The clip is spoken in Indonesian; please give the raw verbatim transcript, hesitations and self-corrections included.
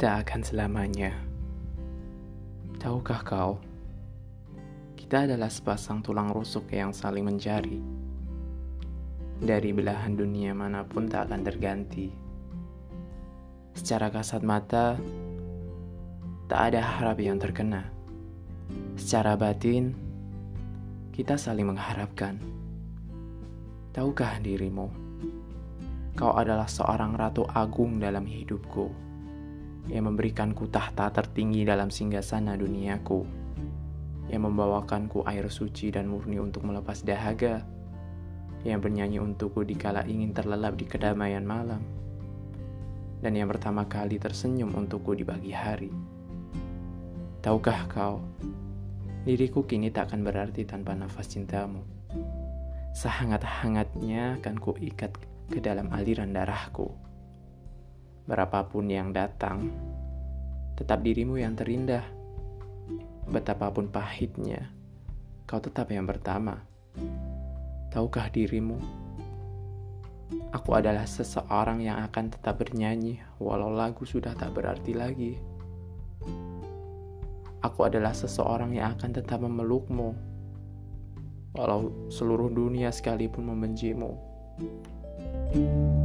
tak akan selamanya. Tahukah kau, kita adalah sepasang tulang rusuk yang saling mencari. Dari belahan dunia manapun tak akan terganti. Secara kasat mata, tak ada harap yang terkena. Secara batin, kita saling mengharapkan. Tahukah dirimu, kau adalah seorang ratu agung dalam hidupku, yang memberikanku tahta tertinggi dalam singgasana duniaku, yang membawakanku air suci dan murni untuk melepas dahaga, yang bernyanyi untukku dikala ingin terlelap di kedamaian malam, dan yang pertama kali tersenyum untukku di pagi hari. Tahukah kau, diriku kini tak akan berarti tanpa nafas cintamu. Sehangat-hangatnya akan kuikat ke dalam aliran darahku. Berapapun yang datang, tetap dirimu yang terindah. Betapapun pahitnya, kau tetap yang pertama. Tahukah dirimu, aku adalah seseorang yang akan tetap bernyanyi walau lagu sudah tak berarti lagi. Aku adalah seseorang yang akan tetap memelukmu walau seluruh dunia sekalipun membencimu.